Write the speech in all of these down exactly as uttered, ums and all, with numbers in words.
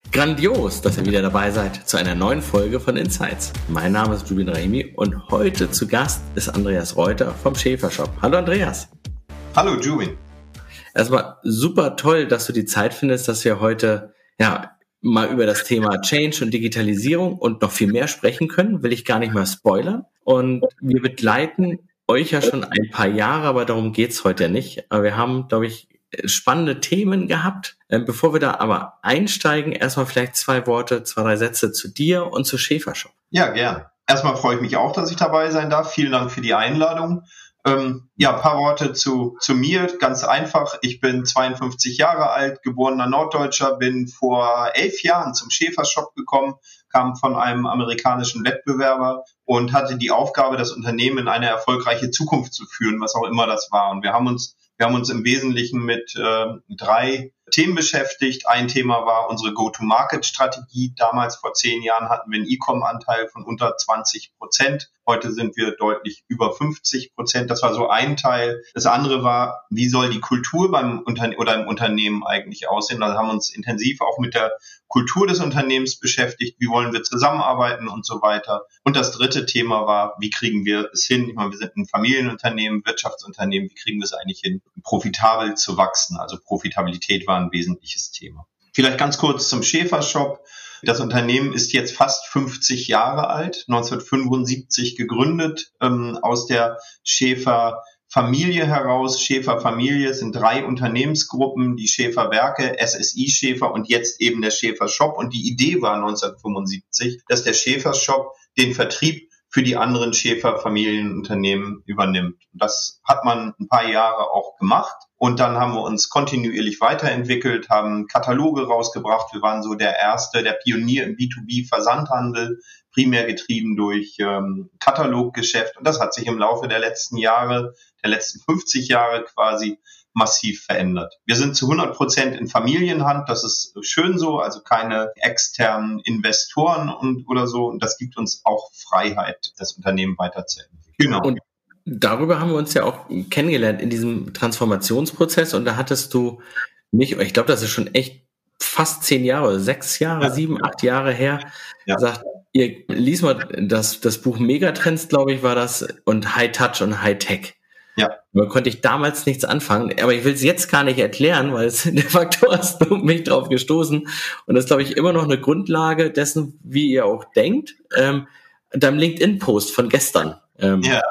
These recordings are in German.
Grandios, dass ihr wieder dabei seid zu einer neuen Folge von Insights. Mein Name ist Julian Rahimi und heute zu Gast ist Andreas Reuter vom Schäfer Shop. Hallo Andreas. Hallo Julian. Erstmal super toll, dass du die Zeit findest, dass wir heute ja mal über das Thema Change und Digitalisierung und noch viel mehr sprechen können. Will ich gar nicht mal spoilern. Und wir begleiten euch ja schon ein paar Jahre, aber darum geht's heute ja nicht. Aber wir haben, glaube ich, spannende Themen gehabt. Bevor wir da aber einsteigen, erstmal vielleicht zwei Worte, zwei, drei Sätze zu dir und zu Schäfer Shop. Ja, gern. Erstmal freue ich mich auch, dass ich dabei sein darf. Vielen Dank für die Einladung. Ähm, ja, ein paar Worte zu, zu mir. Ganz einfach. Ich bin zweiundfünfzig Jahre alt, geborener Norddeutscher, bin vor elf Jahren zum Schäfer Shop gekommen, kam von einem amerikanischen Wettbewerber und hatte die Aufgabe, das Unternehmen in eine erfolgreiche Zukunft zu führen, was auch immer das war. Und wir haben uns Wir haben uns im Wesentlichen mit äh, drei Themen beschäftigt. Ein Thema war unsere Go-to-Market-Strategie. Damals vor zehn Jahren hatten wir einen E-Com-Anteil von unter zwanzig Prozent. Heute sind wir deutlich über fünfzig Prozent. Das war so ein Teil. Das andere war, wie soll die Kultur beim Unterne- oder im Unternehmen eigentlich aussehen? Also haben wir uns intensiv auch mit der Kultur des Unternehmens beschäftigt. Wie wollen wir zusammenarbeiten und so weiter? Und das dritte Thema war, wie kriegen wir es hin? Ich meine, wir sind ein Familienunternehmen, Wirtschaftsunternehmen. Wie kriegen wir es eigentlich hin, profitabel zu wachsen? Also Profitabilität war ein wesentliches Thema. Vielleicht ganz kurz zum Schäfer Shop. Das Unternehmen ist jetzt fast fünfzig Jahre alt, neunzehnhundertfünfundsiebzig gegründet, ähm, aus der Schäfer Familie heraus. Schäfer Familie sind drei Unternehmensgruppen, die Schäfer Werke, S S I Schäfer und jetzt eben der Schäfer Shop. Und die Idee war neunzehnhundertfünfundsiebzig, dass der Schäfer Shop den Vertrieb für die anderen Schäfer Familienunternehmen übernimmt. Das hat man ein paar Jahre auch gemacht. Und dann haben wir uns kontinuierlich weiterentwickelt, haben Kataloge rausgebracht. Wir waren so der erste, der Pionier im B zwei B Versandhandel, primär getrieben durch ähm, Kataloggeschäft. Und das hat sich im Laufe der letzten Jahre, der letzten fünfzig Jahre quasi massiv verändert. Wir sind zu hundert Prozent in Familienhand. Das ist schön so, also keine externen Investoren und oder so. Und das gibt uns auch Freiheit, das Unternehmen weiterzuentwickeln. Genau. Und darüber haben wir uns ja auch kennengelernt in diesem Transformationsprozess und da hattest du mich, ich glaube, das ist schon echt fast zehn Jahre, sechs Jahre, ja. sieben, acht Jahre her, ja. Sagt, ihr liest mal das, das Buch Megatrends, glaube ich, war das, und High Touch und High Tech. Ja. Da konnte ich damals nichts anfangen, aber ich will es jetzt gar nicht erklären, weil es de facto hast du mich drauf gestoßen und das ist, glaube ich, immer noch eine Grundlage dessen, wie ihr auch denkt. Ähm, deinem LinkedIn-Post von gestern. Ähm, ja.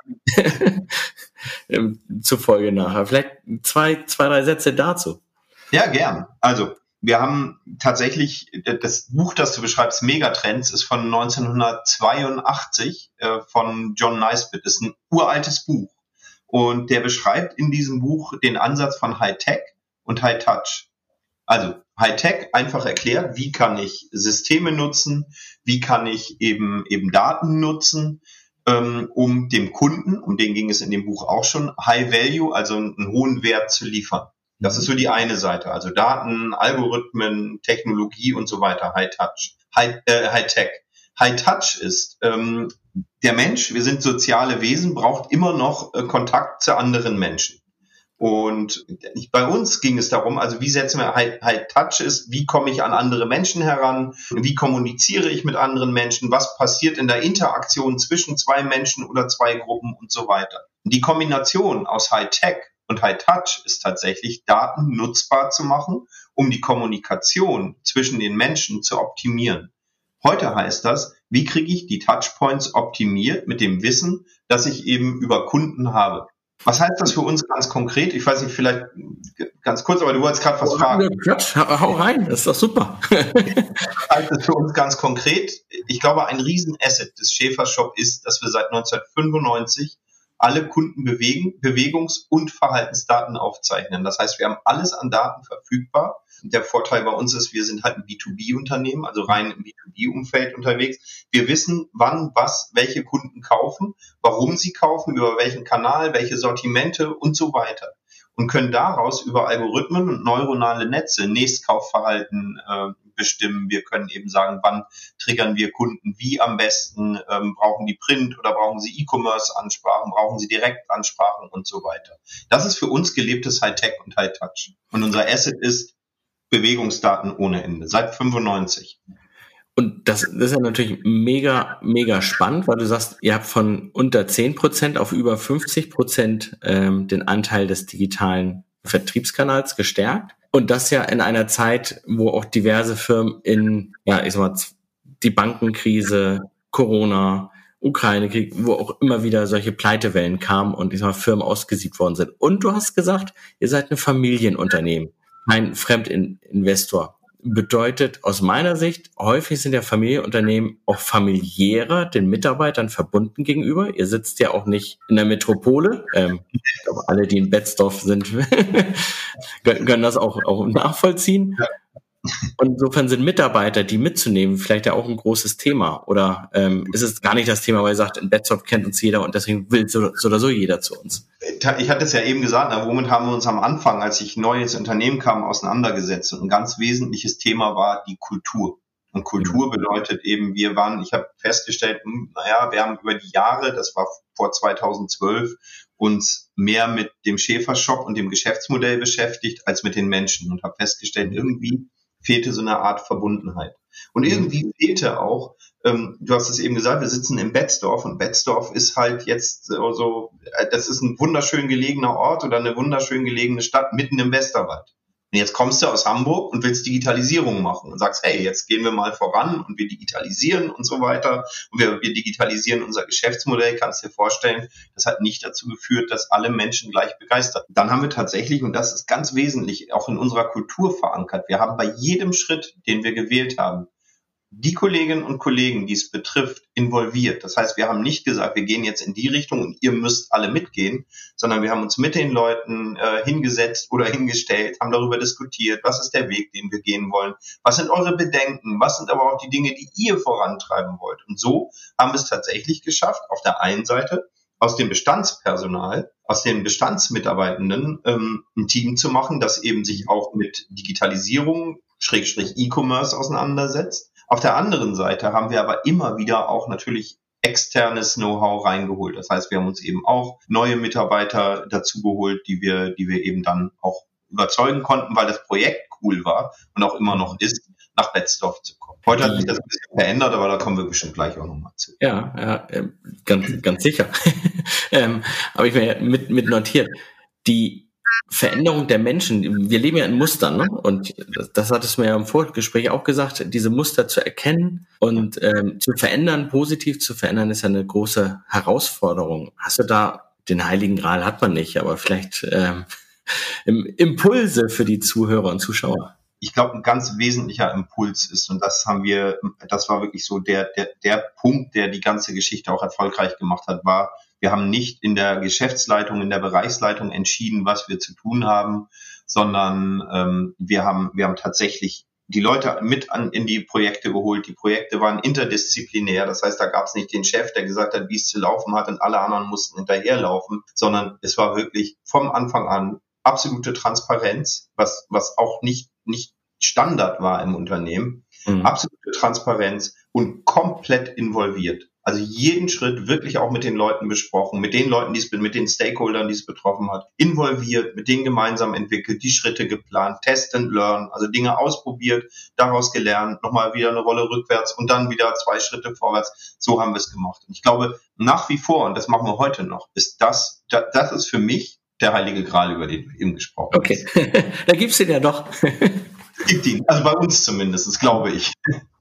zufolge nachher. Vielleicht zwei, zwei, drei Sätze dazu. Ja, gern. Also, wir haben tatsächlich, das Buch, das du beschreibst, Megatrends, ist von neunzehnhundertzweiundachtzig äh, von John Naisbitt. Das ist ein uraltes Buch. Und der beschreibt in diesem Buch den Ansatz von High-Tech und High-Touch. Also, High-Tech, einfach erklärt, wie kann ich Systeme nutzen, wie kann ich eben, eben Daten nutzen, um dem Kunden, um den ging es in dem Buch auch schon, High Value, also einen hohen Wert zu liefern. Das ist so die eine Seite, also Daten, Algorithmen, Technologie und so weiter, High Touch, High, äh, High Tech. High Touch ist, ähm, der Mensch, wir sind soziale Wesen, braucht immer noch äh, Kontakt zu anderen Menschen. Und bei uns ging es darum, also wie setzen wir High, High Touch ist, wie komme ich an andere Menschen heran, wie kommuniziere ich mit anderen Menschen, was passiert in der Interaktion zwischen zwei Menschen oder zwei Gruppen und so weiter. Die Kombination aus High Tech und High Touch ist tatsächlich, Daten nutzbar zu machen, um die Kommunikation zwischen den Menschen zu optimieren. Heute heißt das, wie kriege ich die Touchpoints optimiert mit dem Wissen, das ich eben über Kunden habe. Was heißt das für uns ganz konkret? Ich weiß nicht, vielleicht ganz kurz, aber du wolltest gerade was fragen. Quatsch, hau rein, das ist doch super. Was heißt das für uns ganz konkret? Ich glaube, ein Riesenasset des Schäfer Shop ist, dass wir seit neunzehnhundertfünfundneunzig alle Kundenbewegungs- und Verhaltensdaten aufzeichnen. Das heißt, wir haben alles an Daten verfügbar. Der Vorteil bei uns ist, wir sind halt ein B zwei B Unternehmen, also rein im B zwei B Umfeld unterwegs. Wir wissen, wann, was, welche Kunden kaufen, warum sie kaufen, über welchen Kanal, welche Sortimente und so weiter. Und können daraus über Algorithmen und neuronale Netze Nächstkaufverhalten äh, bestimmen. Wir können eben sagen, wann triggern wir Kunden wie am besten, ähm, brauchen die Print oder brauchen sie E-Commerce-Ansprachen, brauchen sie Direktansprachen und so weiter. Das ist für uns gelebtes High-Tech und High-Touch. Und unser Asset ist Bewegungsdaten ohne Ende, seit fünfundneunzig. Und das, das ist ja natürlich mega, mega spannend, weil du sagst, ihr habt von unter zehn Prozent auf über fünfzig Prozent ähm, den Anteil des digitalen Vertriebskanals gestärkt. Und das ja in einer Zeit, wo auch diverse Firmen in, ja, ich sag mal, die Bankenkrise, Corona, Ukraine-Krieg, wo auch immer wieder solche Pleitewellen kamen und ich sag mal, Firmen ausgesiebt worden sind. Und du hast gesagt, ihr seid ein Familienunternehmen, kein Fremdinvestor. Bedeutet aus meiner Sicht, häufig sind ja Familienunternehmen auch familiärer den Mitarbeitern verbunden gegenüber. Ihr sitzt ja auch nicht in der Metropole. Ähm, ich glaube, alle, die in Betzdorf sind, können das auch, auch nachvollziehen. Und insofern sind Mitarbeiter, die mitzunehmen, vielleicht ja auch ein großes Thema. Oder ähm, ist es gar nicht das Thema, weil ihr sagt, in Betzdorf kennt uns jeder und deswegen will so, so oder so jeder zu uns. Ich hatte es ja eben gesagt, na, womit haben wir uns am Anfang, als ich neu ins Unternehmen kam, auseinandergesetzt. Und ein ganz wesentliches Thema war die Kultur. Und Kultur bedeutet eben, wir waren, ich habe festgestellt, naja, wir haben über die Jahre, das war vor zweitausendzwölf, uns mehr mit dem Schäfer-Shop und dem Geschäftsmodell beschäftigt, als mit den Menschen. Und habe festgestellt, irgendwie fehlte so eine Art Verbundenheit. Und irgendwie fehlte auch, ähm, du hast es eben gesagt, wir sitzen in Betzdorf und Betzdorf ist halt jetzt so, so, das ist ein wunderschön gelegener Ort oder eine wunderschön gelegene Stadt mitten im Westerwald. Und jetzt kommst du aus Hamburg und willst Digitalisierung machen und sagst, hey, jetzt gehen wir mal voran und wir digitalisieren und so weiter. Und wir, wir digitalisieren unser Geschäftsmodell, kannst dir vorstellen, das hat nicht dazu geführt, dass alle Menschen gleich begeistert sind. Dann haben wir tatsächlich, und das ist ganz wesentlich, auch in unserer Kultur verankert, wir haben bei jedem Schritt, den wir gewählt haben, die Kolleginnen und Kollegen, die es betrifft, involviert. Das heißt, wir haben nicht gesagt, wir gehen jetzt in die Richtung und ihr müsst alle mitgehen, sondern wir haben uns mit den Leuten äh, hingesetzt oder hingestellt, haben darüber diskutiert, was ist der Weg, den wir gehen wollen, was sind eure Bedenken, was sind aber auch die Dinge, die ihr vorantreiben wollt. Und so haben wir es tatsächlich geschafft, auf der einen Seite aus dem Bestandspersonal, aus den Bestandsmitarbeitenden ähm, ein Team zu machen, das eben sich auch mit Digitalisierung, Schrägstrich E-Commerce auseinandersetzt. Auf der anderen Seite haben wir aber immer wieder auch natürlich externes Know-how reingeholt. Das heißt, wir haben uns eben auch neue Mitarbeiter dazu geholt, die wir, die wir eben dann auch überzeugen konnten, weil das Projekt cool war und auch immer noch ist, nach Betzdorf zu kommen. Heute hat sich das ein bisschen verändert, aber da kommen wir bestimmt gleich auch nochmal zu. Ja, ja, ganz, ganz sicher. ähm, aber ich mir mit, mit notiert, die Veränderung der Menschen, wir leben ja in Mustern, ne? Und das, das hat es mir ja im Vorgespräch auch gesagt, diese Muster zu erkennen und ähm, zu verändern, positiv zu verändern, ist ja eine große Herausforderung. Hast du da, den Heiligen Gral hat man nicht, aber vielleicht ähm, Impulse für die Zuhörer und Zuschauer? Ich glaube, ein ganz wesentlicher Impuls ist, und das haben wir, das war wirklich so der, der, der Punkt, der die ganze Geschichte auch erfolgreich gemacht hat, war, wir haben nicht in der Geschäftsleitung, in der Bereichsleitung entschieden, was wir zu tun haben, sondern ähm, wir haben, wir haben tatsächlich die Leute mit an, in die Projekte geholt. Die Projekte waren interdisziplinär. Das heißt, da gab es nicht den Chef, der gesagt hat, wie es zu laufen hat und alle anderen mussten hinterherlaufen, sondern es war wirklich vom Anfang an absolute Transparenz, was, was auch nicht, nicht Standard war im Unternehmen. Mhm. Absolute Transparenz und komplett involviert. Also jeden Schritt wirklich auch mit den Leuten besprochen, mit den Leuten, die es, mit den Stakeholdern, die es betroffen hat, involviert, mit denen gemeinsam entwickelt, die Schritte geplant, test and learn, also Dinge ausprobiert, daraus gelernt, nochmal wieder eine Rolle rückwärts und dann wieder zwei Schritte vorwärts. So haben wir es gemacht. Und ich glaube, nach wie vor, und das machen wir heute noch, ist das, das ist für mich der Heilige Gral, über den du eben gesprochen hast. Okay, da gibt's den ja doch. Gibt ihn, also bei uns zumindest, das glaube ich.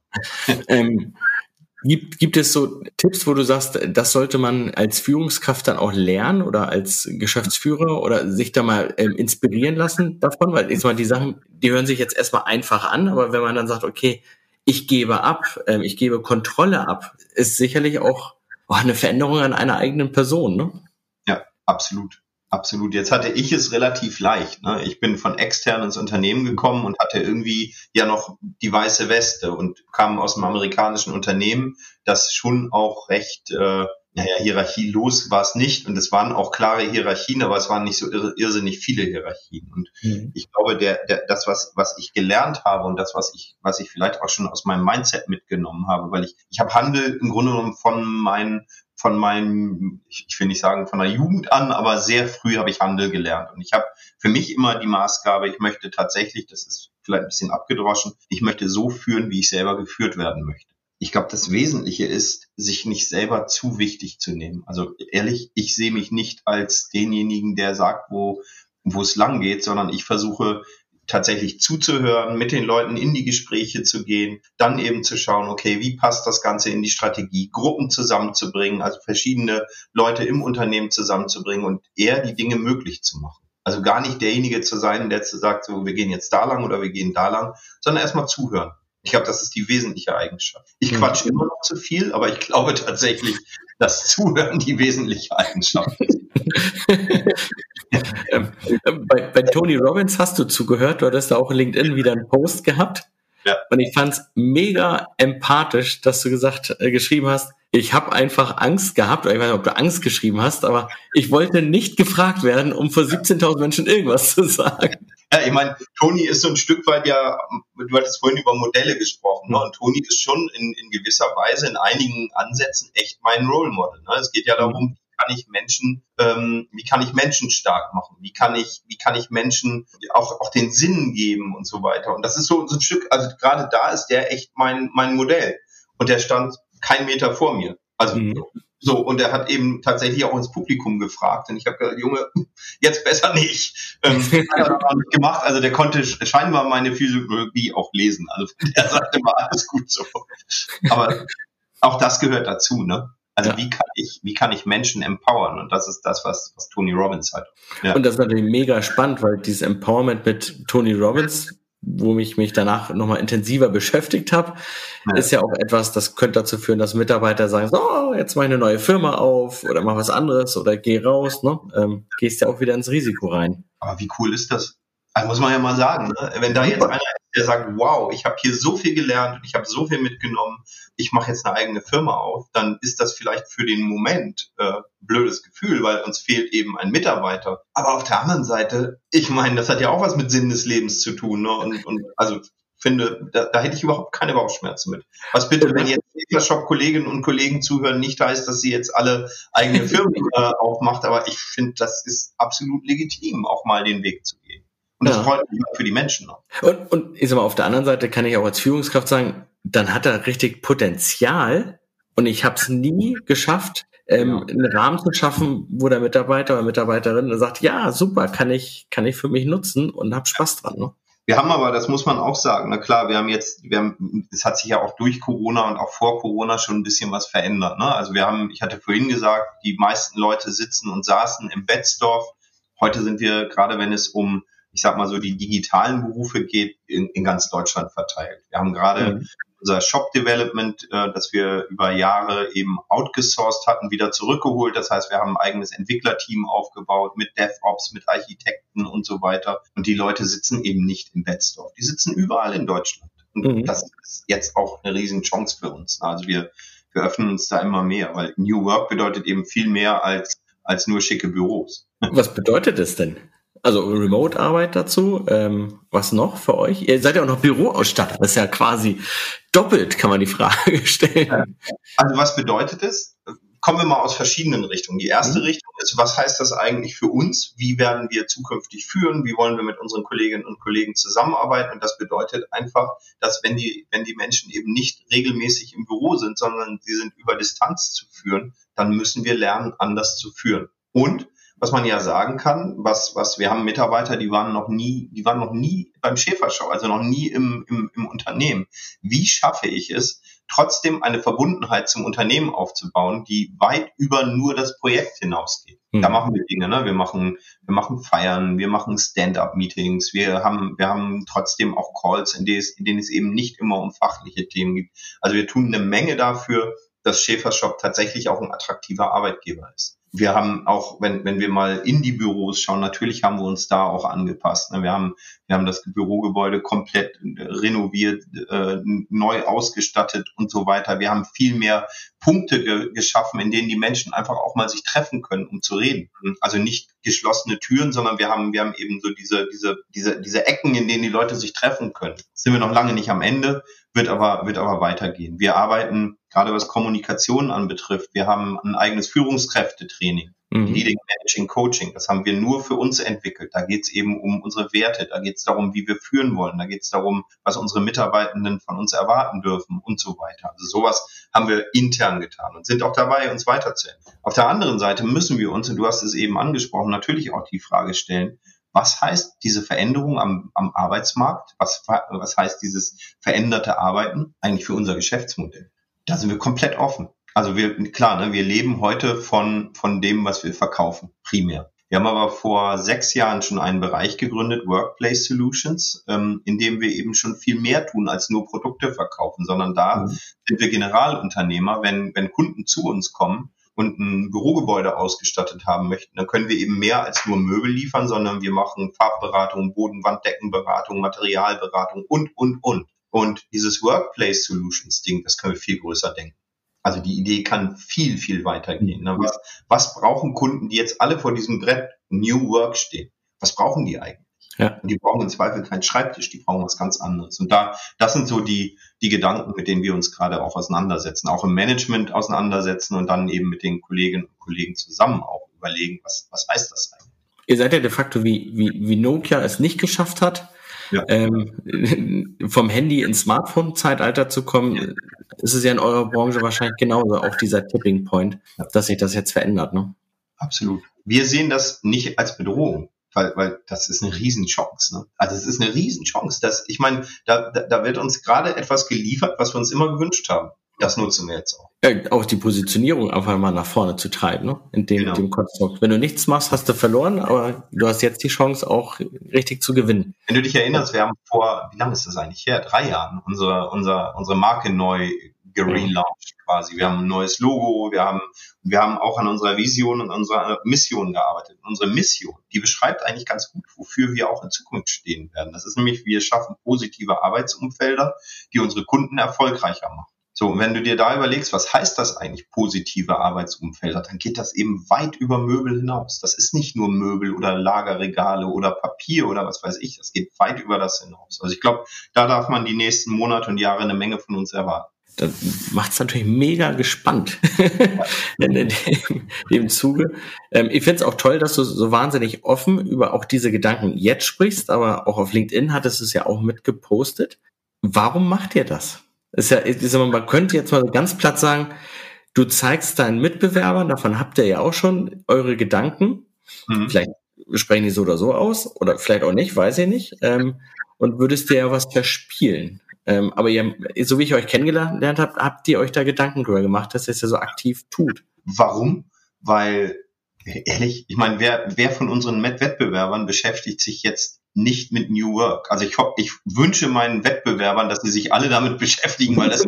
ähm, Gibt, gibt es so Tipps, wo du sagst, das sollte man als Führungskraft dann auch lernen oder als Geschäftsführer oder sich da mal ähm, inspirieren lassen davon? Weil ich sag mal, die Sachen, die hören sich jetzt erstmal einfach an, aber wenn man dann sagt, okay, ich gebe ab, ähm, ich gebe Kontrolle ab, ist sicherlich auch oh, eine Veränderung an einer eigenen Person, ne? Ja, absolut. Absolut. Jetzt hatte ich es relativ leicht. Ne? Ich bin von extern ins Unternehmen gekommen und hatte irgendwie ja noch die weiße Weste und kam aus einem amerikanischen Unternehmen, das schon auch recht, äh, naja, hierarchielos war es nicht. Und es waren auch klare Hierarchien, aber es waren nicht so irr- irrsinnig viele Hierarchien. Und mhm. ich glaube, der, der, das, was, was ich gelernt habe und das, was ich, was ich vielleicht auch schon aus meinem Mindset mitgenommen habe, weil ich, ich habe Handel im Grunde genommen von meinen von meinem, ich will nicht sagen von der Jugend an, aber sehr früh habe ich Handel gelernt. Und ich habe für mich immer die Maßgabe, ich möchte tatsächlich, das ist vielleicht ein bisschen abgedroschen. Ich möchte so führen, wie ich selber geführt werden möchte. Ich glaube, das Wesentliche ist, sich nicht selber zu wichtig zu nehmen. Also ehrlich, ich sehe mich nicht als denjenigen, der sagt, wo, wo es lang geht, sondern ich versuche tatsächlich zuzuhören, mit den Leuten in die Gespräche zu gehen, dann eben zu schauen, okay, wie passt das Ganze in die Strategie, Gruppen zusammenzubringen, also verschiedene Leute im Unternehmen zusammenzubringen und eher die Dinge möglich zu machen. Also gar nicht derjenige zu sein, der zu sagt, so, wir gehen jetzt da lang oder wir gehen da lang, sondern erstmal zuhören. Ich glaube, das ist die wesentliche Eigenschaft. Ich quatsch immer noch zu viel, aber ich glaube tatsächlich, dass Zuhören die wesentliche Eigenschaft ist. ähm, bei, bei Tony Robbins hast du zugehört, du hattest da auch in LinkedIn wieder einen Post gehabt. Ja. Und ich fand es mega empathisch, dass du gesagt, äh, geschrieben hast, ich habe einfach Angst gehabt, oder ich weiß nicht, ob du Angst geschrieben hast, aber ich wollte nicht gefragt werden, um vor siebzehntausend Menschen irgendwas zu sagen. Ja, ich meine, Tony ist so ein Stück weit ja, du hattest vorhin über Modelle gesprochen, ne? Und Tony ist schon in, in gewisser Weise in einigen Ansätzen echt mein Role Model. Ne? Es geht ja darum, wie kann ich Menschen, ähm, wie kann ich Menschen stark machen? Wie kann ich, wie kann ich Menschen auch, auch den Sinn geben und so weiter? Und das ist so, so ein Stück, also gerade da ist der echt mein, mein Modell. Und der stand kein Meter vor mir. Also, mhm. So, und er hat eben tatsächlich auch ins Publikum gefragt. Und ich habe gesagt, Junge, jetzt besser nicht. Ähm, hat er auch nicht gemacht. Also der konnte scheinbar meine Physiologie auch lesen. Also der sagte immer, alles gut so. Aber auch das gehört dazu, ne? Also ja. wie kann ich, wie kann ich Menschen empowern? Und das ist das, was, was Tony Robbins hat. Ja. Und das ist natürlich mega spannend, weil dieses Empowerment mit Tony Robbins, wo ich mich danach nochmal intensiver beschäftigt habe, ja. ist ja auch etwas, das könnte dazu führen, dass Mitarbeiter sagen, so, oh, jetzt mach ich eine neue Firma auf oder mach was anderes oder geh raus, ne? Ähm, gehst ja auch wieder ins Risiko rein. Aber wie cool ist das? Also muss man ja mal sagen, ne? Wenn da jetzt einer ist, der sagt, wow, ich habe hier so viel gelernt und ich habe so viel mitgenommen, ich mache jetzt eine eigene Firma auf, dann ist das vielleicht für den Moment äh, blödes Gefühl, weil uns fehlt eben ein Mitarbeiter. Aber auf der anderen Seite, ich meine, das hat ja auch was mit Sinn des Lebens zu tun, ne? Und, und also finde, da, da hätte ich überhaupt keine Bauchschmerzen mit. Was bitte, wenn jetzt Shop-Kolleginnen und Kollegen zuhören, nicht heißt, dass sie jetzt alle eigene Firmen äh, aufmacht, aber ich finde, das ist absolut legitim, auch mal den Weg zu gehen. Und das ja. freut mich für die Menschen auch. Und, und ich sag mal, auf der anderen Seite kann ich auch als Führungskraft sagen, dann hat er richtig Potenzial und ich habe es nie geschafft, ähm, ja. einen Rahmen zu schaffen, wo der Mitarbeiter oder Mitarbeiterin sagt, ja, super, kann ich kann ich für mich nutzen und habe Spaß dran. Ne? Wir haben aber, das muss man auch sagen, na klar, wir haben jetzt, wir haben, es hat sich ja auch durch Corona und auch vor Corona schon ein bisschen was verändert. Ne? Also wir haben, ich hatte vorhin gesagt, die meisten Leute sitzen und saßen im Betzdorf. Heute sind wir, gerade wenn es um ich sag mal so, die digitalen Berufe geht, in, in ganz Deutschland verteilt. Wir haben gerade mhm. unser Shop-Development, äh, das wir über Jahre eben outgesourced hatten, wieder zurückgeholt. Das heißt, wir haben ein eigenes Entwicklerteam aufgebaut mit DevOps, mit Architekten und so weiter. Und die Leute sitzen eben nicht in Betzdorf. Die sitzen überall in Deutschland. Und mhm. das ist jetzt auch eine riesen Chance für uns. Also wir, wir öffnen uns da immer mehr, weil New Work bedeutet eben viel mehr als, als nur schicke Büros. Was bedeutet es denn? Also Remote-Arbeit dazu, ähm, was noch für euch? Ihr seid ja auch noch Büroausstatter, das ist ja quasi doppelt, kann man die Frage stellen. Also was bedeutet es? Kommen wir mal aus verschiedenen Richtungen. Die erste mhm. Richtung ist, was heißt das eigentlich für uns? Wie werden wir zukünftig führen? Wie wollen wir mit unseren Kolleginnen und Kollegen zusammenarbeiten? Und das bedeutet einfach, dass wenn die, wenn die Menschen eben nicht regelmäßig im Büro sind, sondern sie sind über Distanz zu führen, dann müssen wir lernen, anders zu führen. Und was man ja sagen kann, was, was, wir haben Mitarbeiter, die waren noch nie, die waren noch nie beim Schäferschau, also noch nie im, im, im Unternehmen. Wie schaffe ich es, trotzdem eine Verbundenheit zum Unternehmen aufzubauen, die weit über nur das Projekt hinausgeht? Mhm. Da machen wir Dinge, ne? Wir machen, wir machen Feiern, wir machen Stand-up-Meetings, wir haben, wir haben trotzdem auch Calls, in denen es, in denen es eben nicht immer um fachliche Themen geht. Also wir tun eine Menge dafür, dass Schäfershop tatsächlich auch ein attraktiver Arbeitgeber ist. Wir haben auch, wenn, wenn wir mal in die Büros schauen, natürlich haben wir uns da auch angepasst. Wir haben, wir haben das Bürogebäude komplett renoviert, äh, neu ausgestattet und so weiter. Wir haben viel mehr Punkte ge- geschaffen, in denen die Menschen einfach auch mal sich treffen können, um zu reden. Also nicht geschlossene Türen, sondern wir haben, wir haben eben so diese, diese, diese, diese Ecken, in denen die Leute sich treffen können. Sind wir noch lange nicht am Ende, wird aber, wird aber weitergehen. Wir arbeiten, gerade was Kommunikation anbetrifft, wir haben ein eigenes Führungskräftetraining. Mhm. Leading, Managing, Coaching, das haben wir nur für uns entwickelt. Da geht es eben um unsere Werte, da geht es darum, wie wir führen wollen, da geht es darum, was unsere Mitarbeitenden von uns erwarten dürfen und so weiter. Also sowas haben wir intern getan und sind auch dabei, uns weiterzuentwickeln. Auf der anderen Seite müssen wir uns, und du hast es eben angesprochen, natürlich auch die Frage stellen, was heißt diese Veränderung am, am Arbeitsmarkt? Was, was heißt dieses veränderte Arbeiten eigentlich für unser Geschäftsmodell? Da sind wir komplett offen. Also wir, klar, ne, wir leben heute von, von dem, was wir verkaufen, primär. Wir haben aber vor sechs Jahren schon einen Bereich gegründet, Workplace Solutions, ähm, in dem wir eben schon viel mehr tun, als nur Produkte verkaufen, sondern da mhm. sind wir Generalunternehmer. Wenn, wenn Kunden zu uns kommen und ein Bürogebäude ausgestattet haben möchten, dann können wir eben mehr als nur Möbel liefern, sondern wir machen Farbberatung, Boden-, Wanddeckenberatung, Materialberatung und, und, und. Und dieses Workplace Solutions Ding, das können wir viel größer denken. Also die Idee kann viel, viel weiter gehen. Was, was brauchen Kunden, die jetzt alle vor diesem Brett New Work stehen? Was brauchen die eigentlich? Ja. Und die brauchen im Zweifel keinen Schreibtisch, die brauchen was ganz anderes. Und da, das sind so die, die Gedanken, mit denen wir uns gerade auch auseinandersetzen, auch im Management auseinandersetzen und dann eben mit den Kolleginnen und Kollegen zusammen auch überlegen, was, was heißt das eigentlich? Ihr seid ja de facto wie, wie, wie Nokia es nicht geschafft hat, ja. ähm, vom Handy ins Smartphone-Zeitalter zu kommen, ja. ist es ja in eurer Branche wahrscheinlich genauso, auch dieser Tipping Point, ja. dass sich das jetzt verändert, ne? Absolut. Wir sehen das nicht als Bedrohung. Weil, weil das ist eine Riesenchance. Ne? Also es ist eine Riesenchance. Dass, ich meine, da, da, da wird uns gerade etwas geliefert, was wir uns immer gewünscht haben. Das nutzen wir jetzt auch. Ja, auch die Positionierung einfach mal nach vorne zu treiben, ne? In dem, genau. dem Konstrukt. Wenn du nichts machst, hast du verloren, aber du hast jetzt die Chance, auch richtig zu gewinnen. Wenn du dich erinnerst, wir haben vor, wie lange ist das eigentlich her? Drei Jahren unsere, unsere, unsere Marke neu gelauncht quasi. Wir haben ein neues Logo, wir haben, wir haben auch an unserer Vision und unserer Mission gearbeitet. Unsere Mission, die beschreibt eigentlich ganz gut, wofür wir auch in Zukunft stehen werden. Das ist nämlich, wir schaffen positive Arbeitsumfelder, die unsere Kunden erfolgreicher machen. So, und wenn du dir da überlegst, was heißt das eigentlich, positive Arbeitsumfelder, dann geht das eben weit über Möbel hinaus. Das ist nicht nur Möbel oder Lagerregale oder Papier oder was weiß ich, das geht weit über das hinaus. Also ich glaube, da darf man die nächsten Monate und Jahre eine Menge von uns erwarten. Das macht es natürlich mega gespannt in dem, dem Zuge. Ähm, ich finde es auch toll, dass du so wahnsinnig offen über auch diese Gedanken jetzt sprichst, aber auch auf LinkedIn hattest du es ja auch mitgepostet. Warum macht ihr das? Ist ja, ist immer, man könnte jetzt mal ganz platt sagen, du zeigst deinen Mitbewerbern, davon habt ihr ja auch schon eure Gedanken. Mhm. Vielleicht sprechen die so oder so aus oder vielleicht auch nicht, weiß ich nicht. Ähm, und würdest dir ja was verspielen. Ähm, aber ihr, so wie ich euch kennengelernt habe, habt ihr euch da Gedanken drüber gemacht, dass ihr es ja so aktiv tut. Warum? Weil, ehrlich, ich meine, wer, wer von unseren Wettbewerbern beschäftigt sich jetzt nicht mit New Work? Also ich, ich wünsche meinen Wettbewerbern, dass sie sich alle damit beschäftigen, weil das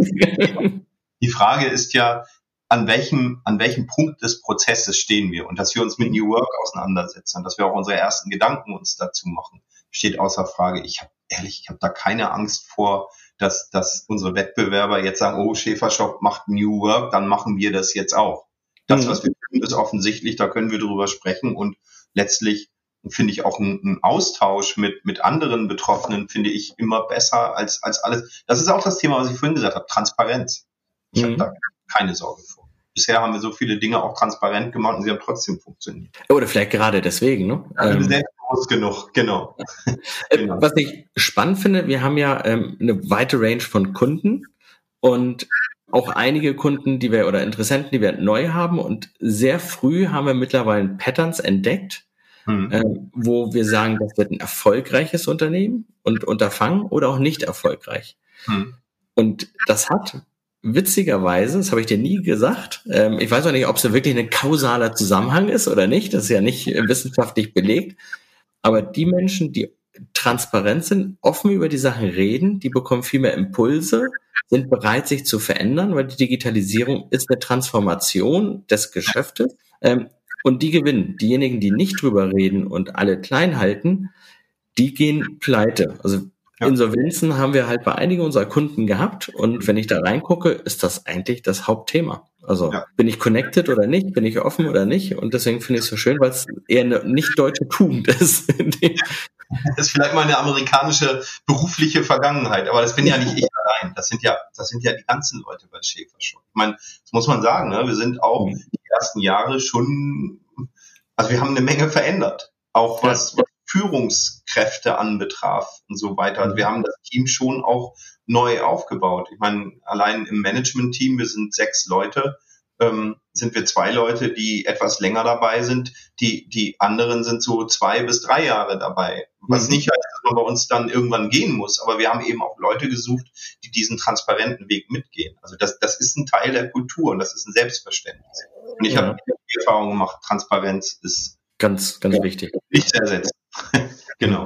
die Frage ist ja, an welchem, an welchem Punkt des Prozesses stehen wir und dass wir uns mit New Work auseinandersetzen und dass wir auch unsere ersten Gedanken uns dazu machen, steht außer Frage. Ich habe ehrlich, ich habe da keine Angst vor, dass, dass unsere Wettbewerber jetzt sagen, oh, Schäfershop macht New Work, dann machen wir das jetzt auch. Das, was wir tun, ist offensichtlich, da können wir drüber sprechen und letztlich finde ich auch einen Austausch mit, mit anderen Betroffenen, finde ich immer besser als, als alles. Das ist auch das Thema, was ich vorhin gesagt habe, Transparenz. Ich mhm. habe da keine Sorge vor. Bisher haben wir so viele Dinge auch transparent gemacht und sie haben trotzdem funktioniert. Oder vielleicht gerade deswegen, ne? Also ähm, selbstbewusst genug, genau. genau. Was ich spannend finde, wir haben ja ähm, eine weite Range von Kunden und auch einige Kunden, die wir oder Interessenten, die wir neu haben und sehr früh haben wir mittlerweile Patterns entdeckt, hm. ähm, wo wir sagen, das wird ein erfolgreiches Unternehmen und Unterfangen oder auch nicht erfolgreich. Hm. Und das hat witzigerweise, das habe ich dir nie gesagt, ähm, ich weiß auch nicht, ob es wirklich ein kausaler Zusammenhang ist oder nicht, das ist ja nicht äh, wissenschaftlich belegt, aber die Menschen, die transparent sind, offen über die Sachen reden, die bekommen viel mehr Impulse, sind bereit, sich zu verändern, weil die Digitalisierung ist eine Transformation des Geschäftes ähm, und die gewinnen. Diejenigen, die nicht drüber reden und alle klein halten, die gehen pleite. Also ja. Insolvenzen haben wir halt bei einigen unserer Kunden gehabt und wenn ich da reingucke, ist das eigentlich das Hauptthema. Also ja. bin ich connected oder nicht, bin ich offen oder nicht und deswegen finde ich es so schön, weil es eher eine nicht deutsche Tugend ist. Das ist vielleicht mal eine amerikanische berufliche Vergangenheit, aber das bin ja nicht ich allein. Das sind ja, das sind ja die ganzen Leute bei Schäfershop. Ich meine, das muss man sagen, ne? Wir sind auch die ersten Jahre schon Also wir haben eine Menge verändert, auch was, was Führungskräfte anbetraf und so weiter. Also wir haben das Team schon auch neu aufgebaut. Ich meine, allein im Management-Team, wir sind sechs Leute, ähm, sind wir zwei Leute, die etwas länger dabei sind. Die, die anderen sind so zwei bis drei Jahre dabei. Was mhm. nicht heißt, dass man bei uns dann irgendwann gehen muss. Aber wir haben eben auch Leute gesucht, die diesen transparenten Weg mitgehen. Also das, das ist ein Teil der Kultur und das ist ein Selbstverständnis. Und ich ja. habe die Erfahrung gemacht, Transparenz ist ganz, ganz wichtig. Nicht ersetzt. Genau.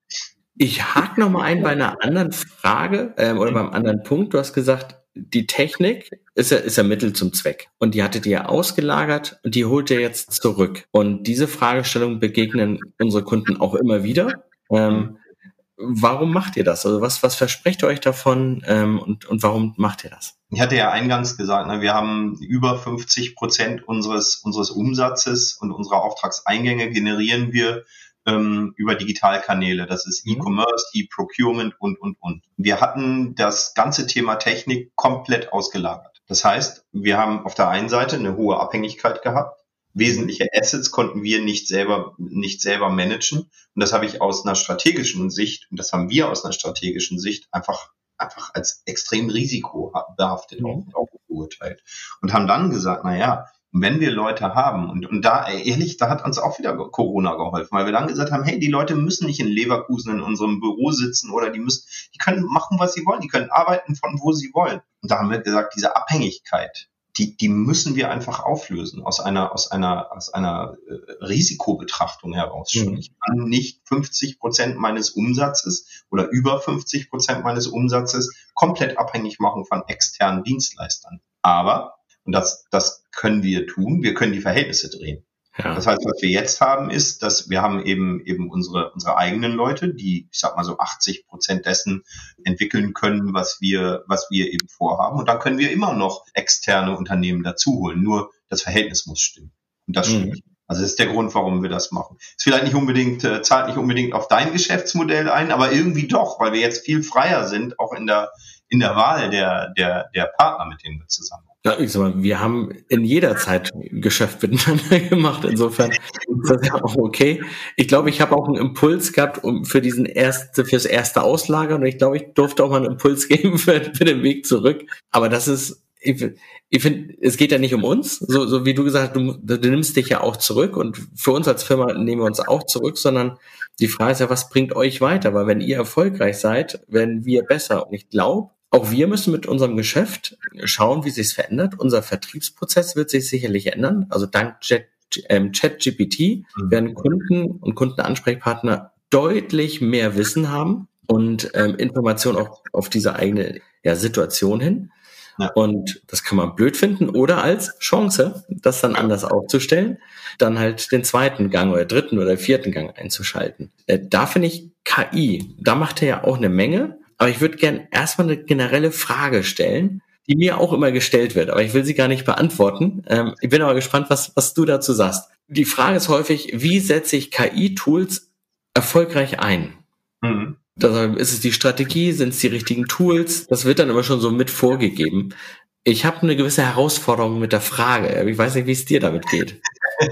Ich hake nochmal ein bei einer anderen Frage ähm, oder beim anderen Punkt. Du hast gesagt, die Technik ist ja, ist ja Mittel zum Zweck. Und die hattet ihr ausgelagert und die holt ihr jetzt zurück. Und diese Fragestellung begegnen unsere Kunden auch immer wieder. Ähm, warum macht ihr das? Also was, was versprecht ihr euch davon ähm, und, und warum macht ihr das? Ich hatte ja eingangs gesagt, ne, wir haben über fünfzig Prozent unseres, unseres Umsatzes und unserer Auftragseingänge generieren wir ähm, über Digitalkanäle. Das ist E-Commerce, E-Procurement und, und, und. Wir hatten das ganze Thema Technik komplett ausgelagert. Das heißt, wir haben auf der einen Seite eine hohe Abhängigkeit gehabt. Wesentliche Assets konnten wir nicht selber, nicht selber managen. Und das habe ich aus einer strategischen Sicht, und das haben wir aus einer strategischen Sicht einfach einfach als extrem risikobehaftet auch, auch beurteilt. Und haben dann gesagt, na ja, wenn wir Leute haben, und, und da, ehrlich, da hat uns auch wieder Corona geholfen, weil wir dann gesagt haben, hey, die Leute müssen nicht in Leverkusen in unserem Büro sitzen oder die müssen, die können machen, was sie wollen, die können arbeiten von wo sie wollen. Und da haben wir gesagt, diese Abhängigkeit, die, die müssen wir einfach auflösen aus einer, aus einer, aus einer äh, Risikobetrachtung heraus schon. Mhm. Ich kann nicht fünfzig Prozent meines Umsatzes oder über fünfzig Prozent meines Umsatzes komplett abhängig machen von externen Dienstleistern. Aber, und das, das können wir tun, wir können die Verhältnisse drehen. Ja. Das heißt, was wir jetzt haben, ist, dass wir haben eben eben unsere unsere eigenen Leute, die, ich sag mal so achtzig Prozent dessen entwickeln können, was wir was wir eben vorhaben. Und dann können wir immer noch externe Unternehmen dazu holen. Nur das Verhältnis muss stimmen. Und das stimmt. Mhm. Also das ist der Grund, warum wir das machen. Ist vielleicht nicht unbedingt, äh, zahlt nicht unbedingt auf dein Geschäftsmodell ein, aber irgendwie doch, weil wir jetzt viel freier sind, auch in der in der Wahl der der der Partner, mit denen wir zusammenarbeiten. Ja, ich sag mal, wir haben in jeder Zeit Geschäft miteinander gemacht. Insofern ist das ja auch okay. Ich glaube, ich habe auch einen Impuls gehabt um für diesen erste, fürs erste Auslagern. Und ich glaube, ich durfte auch mal einen Impuls geben für, für den Weg zurück. Aber das ist, ich, ich finde, es geht ja nicht um uns. So, so wie du gesagt hast, du, du nimmst dich ja auch zurück. Und für uns als Firma nehmen wir uns auch zurück, sondern die Frage ist ja, was bringt euch weiter? Weil wenn ihr erfolgreich seid, werden wir besser. Und ich glaube, auch wir müssen mit unserem Geschäft schauen, wie sich es verändert. Unser Vertriebsprozess wird sich sicherlich ändern. Also dank Chat, ähm, ChatGPT mhm. werden Kunden und Kundenansprechpartner deutlich mehr Wissen haben und ähm, Informationen auch auf diese eigene ja, Situation hin. Ja. Und das kann man blöd finden oder als Chance, das dann anders aufzustellen, dann halt den zweiten Gang oder dritten oder vierten Gang einzuschalten. Äh, da finde ich K I, da macht er ja auch eine Menge. Aber ich würde gern erstmal eine generelle Frage stellen, die mir auch immer gestellt wird. Aber ich will sie gar nicht beantworten. Ähm, ich bin aber gespannt, was, was du dazu sagst. Die Frage ist häufig, wie setze ich K I-Tools erfolgreich ein? Mhm. Also ist es die Strategie, sind es die richtigen Tools? Das wird dann immer schon so mit vorgegeben. Ich habe eine gewisse Herausforderung mit der Frage. Ich weiß nicht, wie es dir damit geht.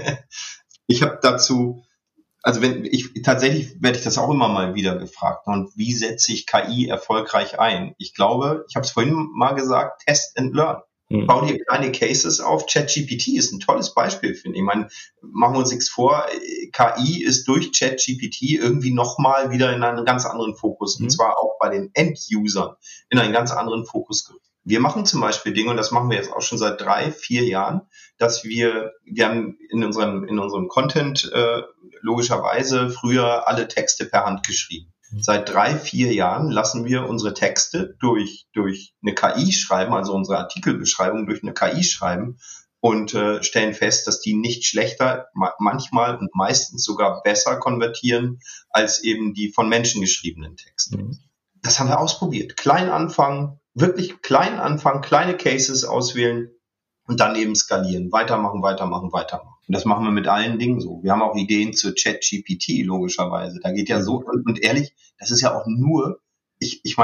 Ich habe dazu... Also wenn ich tatsächlich werde ich das auch immer mal wieder gefragt. Und wie setze ich K I erfolgreich ein? Ich glaube, ich habe es vorhin mal gesagt, test and learn. Mhm. Bau dir kleine Cases auf. ChatGPT ist ein tolles Beispiel, finde ich. Ich meine, machen wir uns nichts vor. K I ist durch ChatGPT irgendwie nochmal wieder in einen ganz anderen Fokus. Mhm. Und zwar auch bei den End-Usern in einen ganz anderen Fokus gerückt. Wir machen zum Beispiel Dinge, und das machen wir jetzt auch schon seit drei, vier Jahren, dass wir, wir haben in unserem, in unserem Content äh, logischerweise früher alle Texte per Hand geschrieben. Mhm. Seit drei, vier Jahren lassen wir unsere Texte durch, durch eine K I schreiben, also unsere Artikelbeschreibung durch eine K I schreiben und äh, stellen fest, dass die nicht schlechter, ma- manchmal und meistens sogar besser konvertieren als eben die von Menschen geschriebenen Texte. Mhm. Das haben wir ausprobiert. Klein anfangen, wirklich klein anfangen, kleine Cases auswählen und dann eben skalieren. Weitermachen, weitermachen, weitermachen. Und das machen wir mit allen Dingen so. Wir haben auch Ideen zu ChatGPT, logischerweise. Da geht ja so, und, und ehrlich, das ist ja auch nur, ich, ich meine,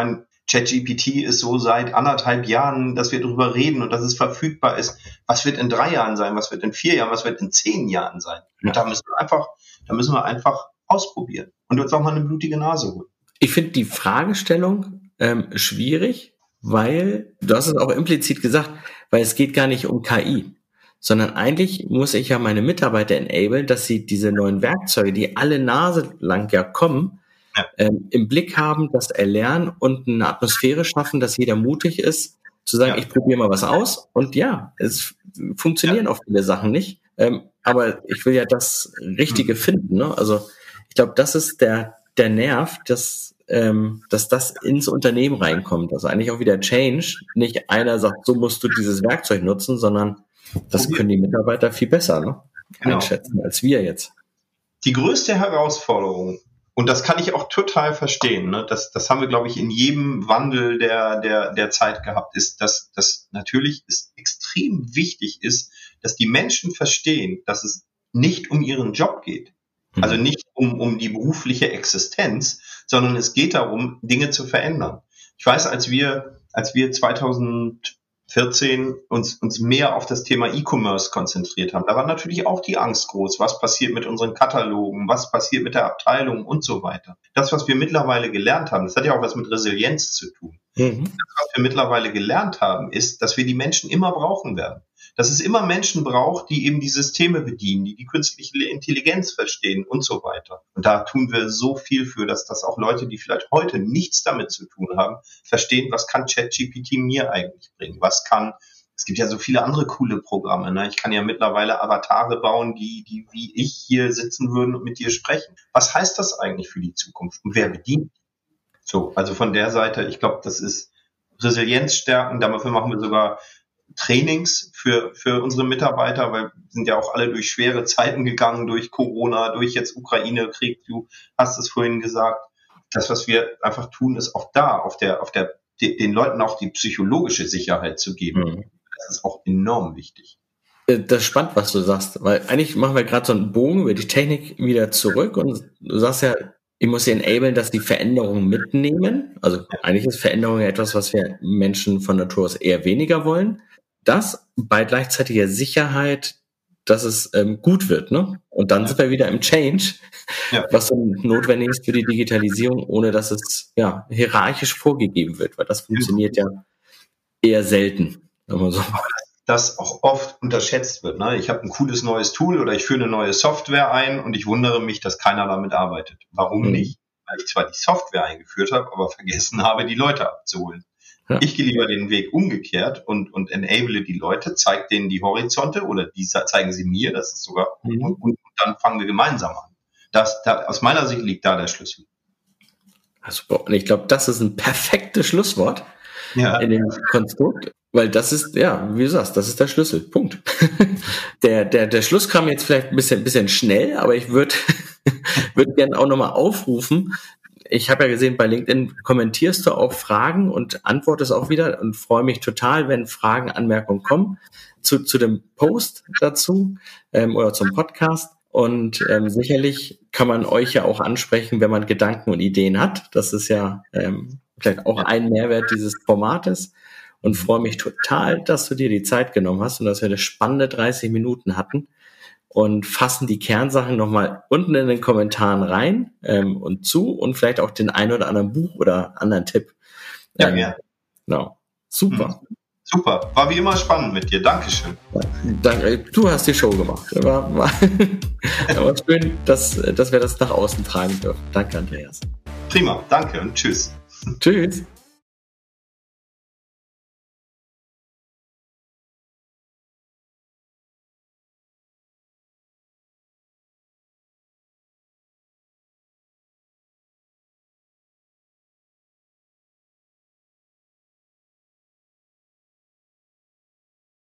ChatGPT ist so seit anderthalb Jahren, dass wir darüber reden und dass es verfügbar ist. Was wird in drei Jahren sein? Was wird in vier Jahren? Was wird in zehn Jahren sein? Ja. Und da müssen wir einfach, da müssen wir einfach ausprobieren und uns auch mal eine blutige Nase holen. Ich finde die Fragestellung ähm, schwierig, weil, du hast es auch implizit gesagt, weil es geht gar nicht um K I, sondern eigentlich muss ich ja meine Mitarbeiter enablen, dass sie diese neuen Werkzeuge, die alle Nase lang ja kommen, ja. Ähm, im Blick haben, das erlernen und eine Atmosphäre schaffen, dass jeder mutig ist, zu sagen, ja. ich probiere mal was aus. Und ja, es funktionieren ja. auch viele Sachen nicht. Ähm, aber ich will ja das Richtige mhm. finden. Ne? Also ich glaube, das ist der, der Nerv, dass, ähm, dass das ins Unternehmen reinkommt. Also eigentlich auch wieder Change. Nicht einer sagt, so musst du dieses Werkzeug nutzen, sondern das können die Mitarbeiter viel besser ne? genau. einschätzen als wir jetzt. Die größte Herausforderung, und das kann ich auch total verstehen, ne? das, das haben wir, glaube ich, in jedem Wandel der, der, der Zeit gehabt, ist, dass, dass natürlich es extrem wichtig ist, dass die Menschen verstehen, dass es nicht um ihren Job geht. Mhm. Also nicht um, um die berufliche Existenz, sondern es geht darum, Dinge zu verändern. Ich weiß, als wir, als wir zweitausendvierzehn uns, uns mehr auf das Thema E-Commerce konzentriert haben, da war natürlich auch die Angst groß, was passiert mit unseren Katalogen, was passiert mit der Abteilung und so weiter. Das, was wir mittlerweile gelernt haben, das hat ja auch was mit Resilienz zu tun. Mhm. Das, was wir mittlerweile gelernt haben, ist, dass wir die Menschen immer brauchen werden. Dass es immer Menschen braucht, die eben die Systeme bedienen, die die künstliche Intelligenz verstehen und so weiter. Und da tun wir so viel für, dass das auch Leute, die vielleicht heute nichts damit zu tun haben, verstehen, was kann ChatGPT mir eigentlich bringen? Was kann, es gibt ja so viele andere coole Programme, ne? Ich kann ja mittlerweile Avatare bauen, die, die wie ich hier sitzen würden und mit dir sprechen. Was heißt das eigentlich für die Zukunft? Und wer bedient? So, also von der Seite, ich glaube, das ist Resilienz stärken. Dafür machen wir sogar Trainings für, für unsere Mitarbeiter, weil wir sind ja auch alle durch schwere Zeiten gegangen, durch Corona, durch jetzt Ukraine-Krieg, du hast es vorhin gesagt. Das, was wir einfach tun, ist auch da, auf der, auf der, den Leuten auch die psychologische Sicherheit zu geben. Mhm. Das ist auch enorm wichtig. Das ist spannend, was du sagst, weil eigentlich machen wir gerade so einen Bogen über die Technik wieder zurück und du sagst ja, ich muss sie enablen, dass die Veränderungen mitnehmen. Also eigentlich ist Veränderung ja etwas, was wir Menschen von Natur aus eher weniger wollen. Das bei gleichzeitiger Sicherheit, dass es ähm, gut wird, ne? Und dann ja. sind wir wieder im Change, ja. was dann notwendig ist für die Digitalisierung, ohne dass es ja hierarchisch vorgegeben wird, weil das funktioniert ja eher selten, wenn man so. Das auch oft unterschätzt wird. Ne? Ich habe ein cooles neues Tool oder ich führe eine neue Software ein und ich wundere mich, dass keiner damit arbeitet. Warum mhm. nicht? Weil ich zwar die Software eingeführt habe, aber vergessen habe, die Leute abzuholen. Ja. Ich gehe lieber den Weg umgekehrt und, und enable die Leute, zeige denen die Horizonte oder die zeigen sie mir, das ist sogar, mhm. und, und dann fangen wir gemeinsam an. Das, da, aus meiner Sicht liegt da der Schlüssel. Super. Und ich glaube, das ist ein perfektes Schlusswort ja. in dem Konstrukt, weil das ist, ja, wie du sagst, das ist der Schlüssel. Punkt. der, der, der Schluss kam jetzt vielleicht ein bisschen, bisschen schnell, aber ich würde würd gerne auch nochmal aufrufen. Ich habe ja gesehen, bei LinkedIn kommentierst du auch Fragen und antwortest auch wieder und freue mich total, wenn Fragen, Anmerkungen kommen zu, zu dem Post dazu ähm, oder zum Podcast. Und ähm, sicherlich kann man euch ja auch ansprechen, wenn man Gedanken und Ideen hat. Das ist ja ähm, vielleicht auch ein Mehrwert dieses Formates. Und freue mich total, dass du dir die Zeit genommen hast und dass wir eine spannende dreißig Minuten hatten. Und fassen die Kernsachen nochmal unten in den Kommentaren rein ähm, und zu und vielleicht auch den einen oder anderen Buch oder anderen Tipp. Ja, ähm, ja. Genau. Super. Mhm. Super. War wie immer spannend mit dir. Dankeschön. Danke. Du hast die Show gemacht. War, war, war schön, dass, dass wir das nach außen tragen dürfen. Danke, Andreas. Prima. Danke und tschüss. Tschüss.